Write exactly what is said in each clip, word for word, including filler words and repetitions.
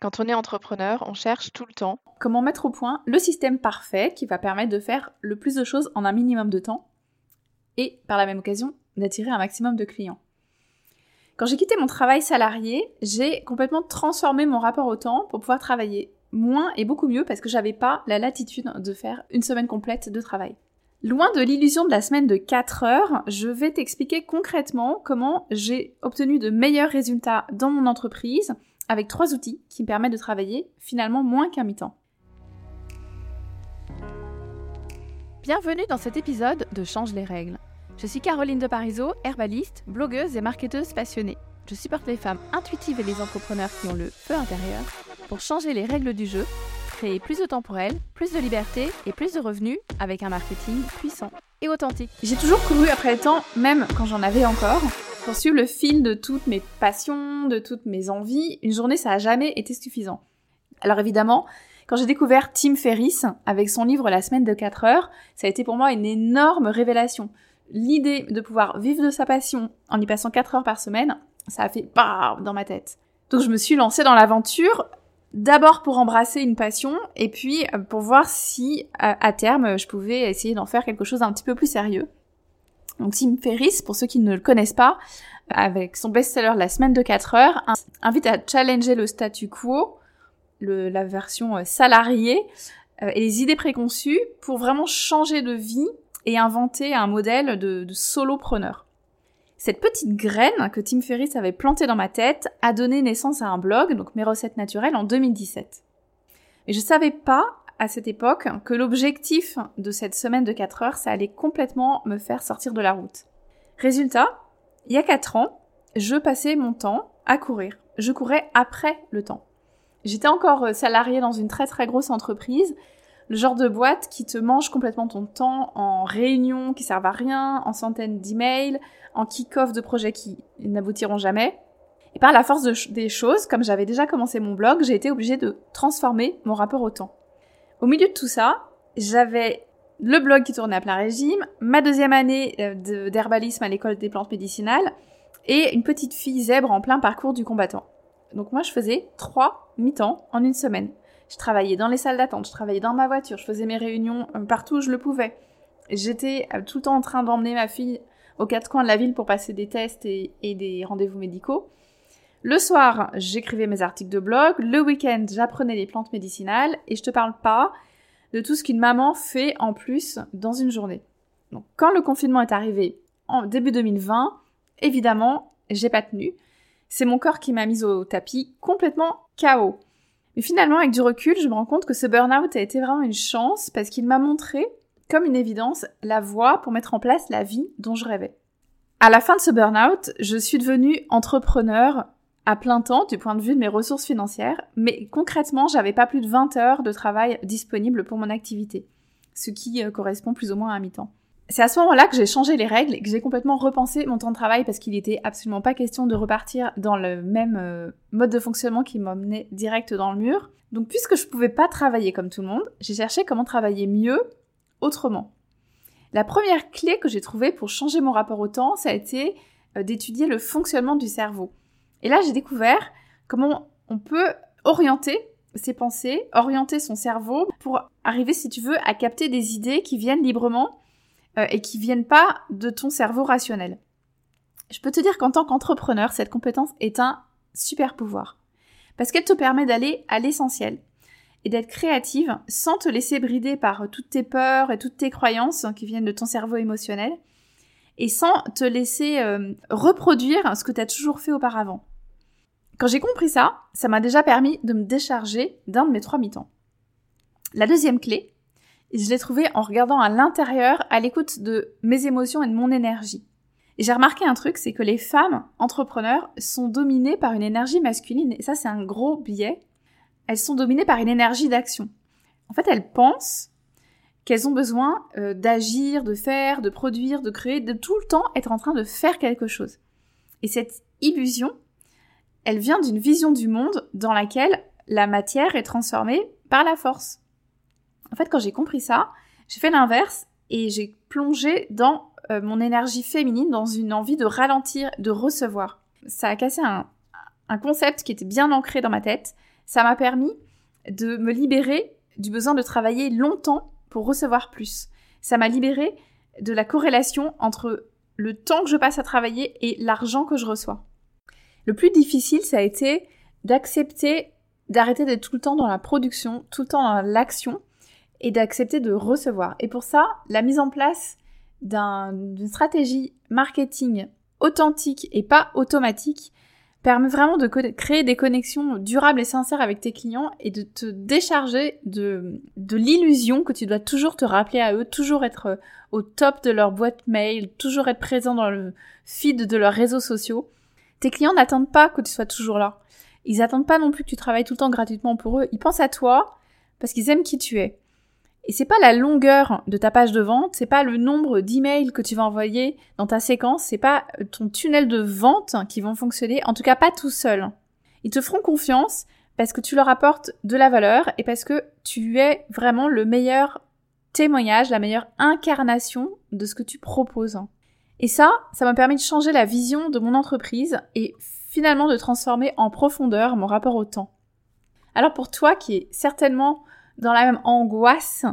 Quand on est entrepreneur, on cherche tout le temps comment mettre au point le système parfait qui va permettre de faire le plus de choses en un minimum de temps et, par la même occasion, d'attirer un maximum de clients. Quand j'ai quitté mon travail salarié, j'ai complètement transformé mon rapport au temps pour pouvoir travailler moins et beaucoup mieux parce que j'avais pas la latitude de faire une semaine complète de travail. Loin de l'illusion de la semaine de quatre heures, je vais t'expliquer concrètement comment j'ai obtenu de meilleurs résultats dans mon entreprise avec trois outils qui me permettent de travailler finalement moins qu'un mi-temps. Bienvenue dans cet épisode de Change les règles. Je suis Caroline de Parisot, herbaliste, blogueuse et marketeuse passionnée. Je supporte les femmes intuitives et les entrepreneurs qui ont le feu intérieur pour changer les règles du jeu, créer plus de temps pour elles, plus de liberté et plus de revenus avec un marketing puissant et authentique. J'ai toujours couru après le temps, même quand j'en avais encore, pour suivre le fil de toutes mes passions, de toutes mes envies. Une journée, ça n'a jamais été suffisant. Alors évidemment, quand j'ai découvert Tim Ferriss avec son livre La semaine de quatre heures, ça a été pour moi une énorme révélation. L'idée de pouvoir vivre de sa passion en y passant quatre heures par semaine, ça a fait bam dans ma tête. Donc je me suis lancée dans l'aventure, d'abord pour embrasser une passion, et puis pour voir si, à, à terme, je pouvais essayer d'en faire quelque chose d'un petit peu plus sérieux. Donc Tim Ferriss, pour ceux qui ne le connaissent pas, avec son best-seller La semaine de quatre heures, invite à challenger le statu quo, le, la version salariée, euh, et les idées préconçues pour vraiment changer de vie et inventer un modèle de, de solopreneur. Cette petite graine que Tim Ferriss avait plantée dans ma tête a donné naissance à un blog, donc Mes recettes naturelles, en deux mille dix-sept. Mais je savais pas, à cette époque, que l'objectif de cette semaine de quatre heures, ça allait complètement me faire sortir de la route. Résultat, il y a quatre ans, je passais mon temps à courir. Je courais après le temps. J'étais encore salariée dans une très très grosse entreprise, le genre de boîte qui te mange complètement ton temps en réunions qui servent à rien, en centaines d'emails, en kick-off de projets qui n'aboutiront jamais. Et par la force de ch- des choses, comme j'avais déjà commencé mon blog, j'ai été obligée de transformer mon rapport au temps. Au milieu de tout ça, j'avais le blog qui tournait à plein régime, ma deuxième année de, d'herbalisme à l'école des plantes médicinales, et une petite fille zèbre en plein parcours du combattant. Donc moi, je faisais trois mi-temps en une semaine. Je travaillais dans les salles d'attente, je travaillais dans ma voiture, je faisais mes réunions partout où je le pouvais. J'étais tout le temps en train d'emmener ma fille aux quatre coins de la ville pour passer des tests et, et des rendez-vous médicaux. Le soir, j'écrivais mes articles de blog. Le week-end, j'apprenais les plantes médicinales. Et je te parle pas de tout ce qu'une maman fait en plus dans une journée. Donc, quand le confinement est arrivé en début deux mille vingt, évidemment, j'ai pas tenu. C'est mon corps qui m'a mise au tapis, complètement K O. Mais finalement, avec du recul, je me rends compte que ce burn-out a été vraiment une chance parce qu'il m'a montré, comme une évidence, la voie pour mettre en place la vie dont je rêvais. À la fin de ce burn-out, je suis devenue entrepreneur à plein temps du point de vue de mes ressources financières, mais concrètement, j'avais pas plus de vingt heures de travail disponibles pour mon activité, ce qui euh, correspond plus ou moins à un mi-temps. C'est à ce moment-là que j'ai changé les règles et que j'ai complètement repensé mon temps de travail parce qu'il était absolument pas question de repartir dans le même euh, mode de fonctionnement qui m'emmenait direct dans le mur. Donc puisque je pouvais pas travailler comme tout le monde, j'ai cherché comment travailler mieux, autrement. La première clé que j'ai trouvée pour changer mon rapport au temps, ça a été euh, d'étudier le fonctionnement du cerveau. Et là, j'ai découvert comment on peut orienter ses pensées, orienter son cerveau pour arriver, si tu veux, à capter des idées qui viennent librement euh, et qui viennent pas de ton cerveau rationnel. Je peux te dire qu'en tant qu'entrepreneur, cette compétence est un super pouvoir. Parce qu'elle te permet d'aller à l'essentiel et d'être créative sans te laisser brider par toutes tes peurs et toutes tes croyances qui viennent de ton cerveau émotionnel et sans te laisser euh, reproduire ce que tu as toujours fait auparavant. Quand j'ai compris ça, ça m'a déjà permis de me décharger d'un de mes trois mi-temps. La deuxième clé, je l'ai trouvée en regardant à l'intérieur, à l'écoute de mes émotions et de mon énergie. Et j'ai remarqué un truc, c'est que les femmes entrepreneurs sont dominées par une énergie masculine, et ça c'est un gros biais. Elles sont dominées par une énergie d'action. En fait, elles pensent qu'elles ont besoin euh, d'agir, de faire, de produire, de créer, de tout le temps être en train de faire quelque chose. Et cette illusion, elle vient d'une vision du monde dans laquelle la matière est transformée par la force. En fait, quand j'ai compris ça, j'ai fait l'inverse et j'ai plongé dans euh, mon énergie féminine, dans une envie de ralentir, de recevoir. Ça a cassé un, un concept qui était bien ancré dans ma tête, ça m'a permis de me libérer du besoin de travailler longtemps pour recevoir plus. Ça m'a libérée de la corrélation entre le temps que je passe à travailler et l'argent que je reçois. Le plus difficile, ça a été d'accepter, d'arrêter d'être tout le temps dans la production, tout le temps dans l'action, et d'accepter de recevoir. Et pour ça, la mise en place d'un, d'une stratégie marketing authentique et pas automatique permet vraiment de co- créer des connexions durables et sincères avec tes clients et de te décharger de, de l'illusion que tu dois toujours te rappeler à eux, toujours être au top de leur boîte mail, toujours être présent dans le feed de leurs réseaux sociaux. Tes clients n'attendent pas que tu sois toujours là. Ils n'attendent pas non plus que tu travailles tout le temps gratuitement pour eux. Ils pensent à toi parce qu'ils aiment qui tu es. Et c'est pas la longueur de ta page de vente, c'est pas le nombre d'emails que tu vas envoyer dans ta séquence, c'est pas ton tunnel de vente qui vont fonctionner, en tout cas pas tout seul. Ils te feront confiance parce que tu leur apportes de la valeur et parce que tu es vraiment le meilleur témoignage, la meilleure incarnation de ce que tu proposes. Et ça, ça m'a permis de changer la vision de mon entreprise et finalement de transformer en profondeur mon rapport au temps. Alors pour toi qui est certainement dans la même angoisse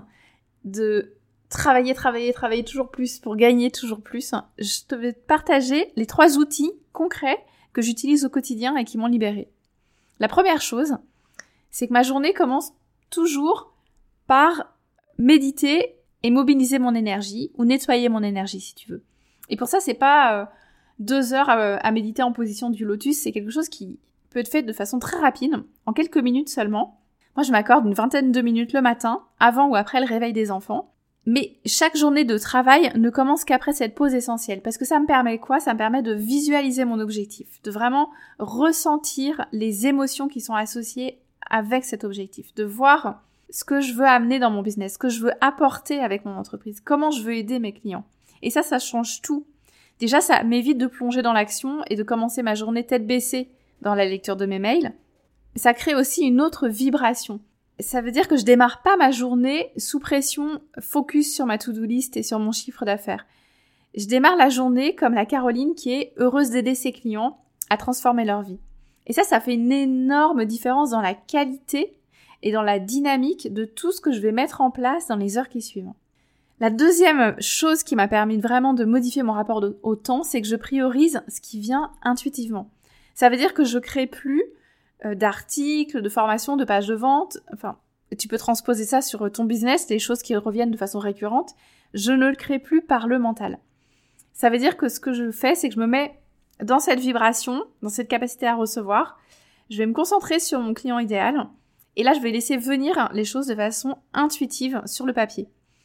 de travailler, travailler, travailler toujours plus pour gagner toujours plus, je te vais partager les trois outils concrets que j'utilise au quotidien et qui m'ont libérée. La première chose, c'est que ma journée commence toujours par méditer et mobiliser mon énergie ou nettoyer mon énergie si tu veux. Et pour ça, c'est pas euh, deux heures à, à méditer en position du lotus, c'est quelque chose qui peut être fait de façon très rapide, en quelques minutes seulement. Moi, je m'accorde une vingtaine de minutes le matin, avant ou après le réveil des enfants. Mais chaque journée de travail ne commence qu'après cette pause essentielle. Parce que ça me permet quoi ? Ça me permet de visualiser mon objectif, de vraiment ressentir les émotions qui sont associées avec cet objectif, de voir ce que je veux amener dans mon business, ce que je veux apporter avec mon entreprise, comment je veux aider mes clients. Et ça, ça change tout. Déjà, ça m'évite de plonger dans l'action et de commencer ma journée tête baissée dans la lecture de mes mails. Ça crée aussi une autre vibration. Ça veut dire que je démarre pas ma journée sous pression, focus sur ma to-do list et sur mon chiffre d'affaires. Je démarre la journée comme la Caroline qui est heureuse d'aider ses clients à transformer leur vie. Et ça, ça fait une énorme différence dans la qualité et dans la dynamique de tout ce que je vais mettre en place dans les heures qui suivent. La deuxième chose qui m'a permis vraiment de modifier mon rapport au temps, c'est que je priorise ce qui vient intuitivement. Ça veut dire que je crée plus d'articles, de formations, de pages de vente, enfin, tu peux transposer ça sur ton business, des choses qui reviennent de façon récurrente. Je ne le crée plus par le mental. Ça veut dire que ce que je fais, c'est que je me mets dans cette vibration, dans cette capacité à recevoir. Je vais me concentrer sur mon client idéal. Et là, je vais laisser venir les choses de façon intuitive sur le papier.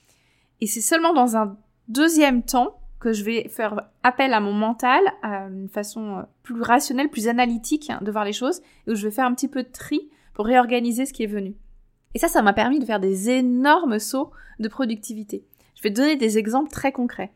Et c'est seulement dans un deuxième temps que je vais faire appel à mon mental, à une façon plus rationnelle, plus analytique de voir les choses, et où je vais faire un petit peu de tri pour réorganiser ce qui est venu. Et ça, ça m'a permis de faire des énormes sauts de productivité. Je vais te donner des exemples très concrets.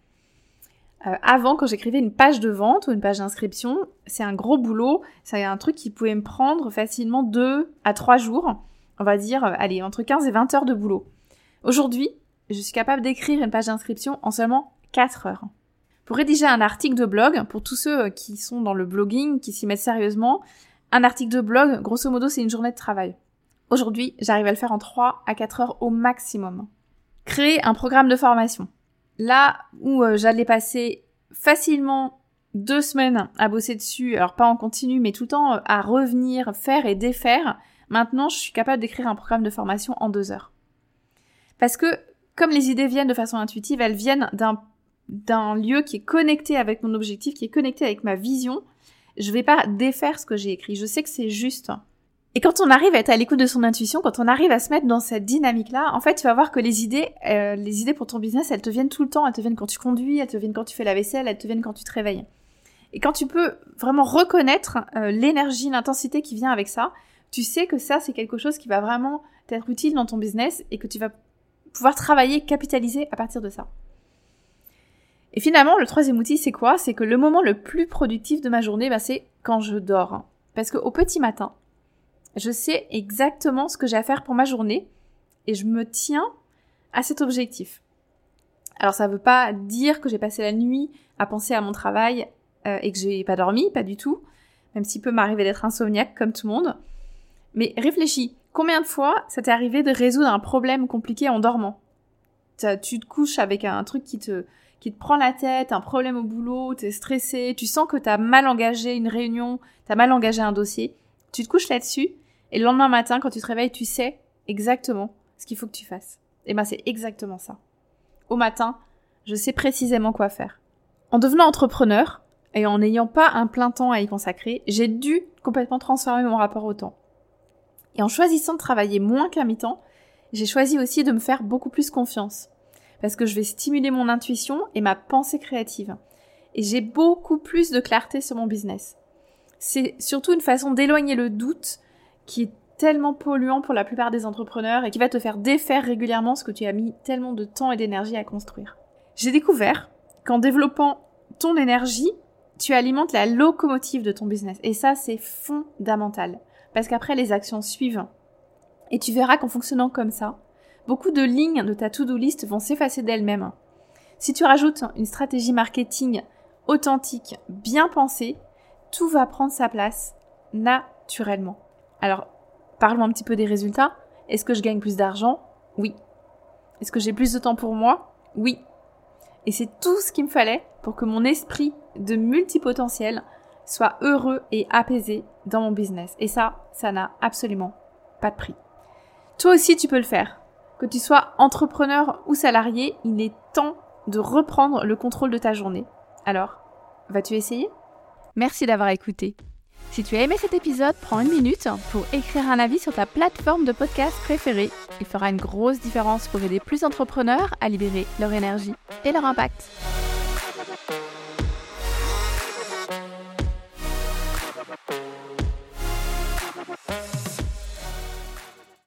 Euh, avant, quand j'écrivais une page de vente ou une page d'inscription, c'est un gros boulot, c'est un truc qui pouvait me prendre facilement deux à trois jours, on va dire, euh, allez, entre quinze et vingt heures de boulot. Aujourd'hui, je suis capable d'écrire une page d'inscription en seulement quatre heures. Pour rédiger un article de blog, pour tous ceux qui sont dans le blogging, qui s'y mettent sérieusement, un article de blog, grosso modo, c'est une journée de travail. Aujourd'hui, j'arrive à le faire en trois à quatre heures au maximum. Créer un programme de formation. Là où euh, j'allais passer facilement deux semaines à bosser dessus, alors pas en continu, mais tout le temps euh, à revenir, faire et défaire, maintenant, je suis capable d'écrire un programme de formation en deux heures. Parce que, comme les idées viennent de façon intuitive, elles viennent d'un d'un lieu qui est connecté avec mon objectif, qui est connecté avec ma vision, je vais pas défaire ce que j'ai écrit. Je sais que c'est juste. Et quand on arrive à être à l'écoute de son intuition, quand on arrive à se mettre dans cette dynamique-là, en fait, tu vas voir que les idées, euh, les idées pour ton business, elles te viennent tout le temps. Elles te viennent quand tu conduis, elles te viennent quand tu fais la vaisselle, elles te viennent quand tu te réveilles. Et quand tu peux vraiment reconnaître euh, l'énergie, l'intensité qui vient avec ça, tu sais que ça, c'est quelque chose qui va vraiment t'être utile dans ton business et que tu vas pouvoir travailler, capitaliser à partir de ça. Et finalement, le troisième outil, c'est quoi ? C'est que le moment le plus productif de ma journée, bah, c'est quand je dors. Parce qu'au petit matin, je sais exactement ce que j'ai à faire pour ma journée et je me tiens à cet objectif. Alors, ça veut pas dire que j'ai passé la nuit à penser à mon travail euh, et que j'ai pas dormi, pas du tout. Même s'il peut m'arriver d'être insomniaque comme tout le monde. Mais réfléchis, combien de fois ça t'est arrivé de résoudre un problème compliqué en dormant ? Tu te couches avec un truc qui te, qui te prend la tête, un problème au boulot, t'es stressé, tu sens que t'as mal engagé une réunion, t'as mal engagé un dossier, tu te couches là-dessus, et le lendemain matin, quand tu te réveilles, tu sais exactement ce qu'il faut que tu fasses. Et ben c'est exactement ça. Au matin, je sais précisément quoi faire. En devenant entrepreneur, et en n'ayant pas un plein temps à y consacrer, j'ai dû complètement transformer mon rapport au temps. Et en choisissant de travailler moins qu'à mi-temps, j'ai choisi aussi de me faire beaucoup plus confiance. Parce que je vais stimuler mon intuition et ma pensée créative. Et j'ai beaucoup plus de clarté sur mon business. C'est surtout une façon d'éloigner le doute qui est tellement polluant pour la plupart des entrepreneurs et qui va te faire défaire régulièrement ce que tu as mis tellement de temps et d'énergie à construire. J'ai découvert qu'en développant ton énergie, tu alimentes la locomotive de ton business. Et ça, c'est fondamental. Parce qu'après, les actions suivent. Et tu verras qu'en fonctionnant comme ça, beaucoup de lignes de ta to-do list vont s'effacer d'elles-mêmes. Si tu rajoutes une stratégie marketing authentique, bien pensée, tout va prendre sa place naturellement. Alors, parlons un petit peu des résultats. Est-ce que je gagne plus d'argent ? Oui. Est-ce que j'ai plus de temps pour moi ? Oui. Et c'est tout ce qu'il me fallait pour que mon esprit de multipotentiel soit heureux et apaisé dans mon business. Et ça, ça n'a absolument pas de prix. Toi aussi, tu peux le faire. Que tu sois entrepreneur ou salarié, il est temps de reprendre le contrôle de ta journée. Alors, vas-tu essayer ? Merci d'avoir écouté. Si tu as aimé cet épisode, prends une minute pour écrire un avis sur ta plateforme de podcast préférée. Il fera une grosse différence pour aider plus d'entrepreneurs à libérer leur énergie et leur impact.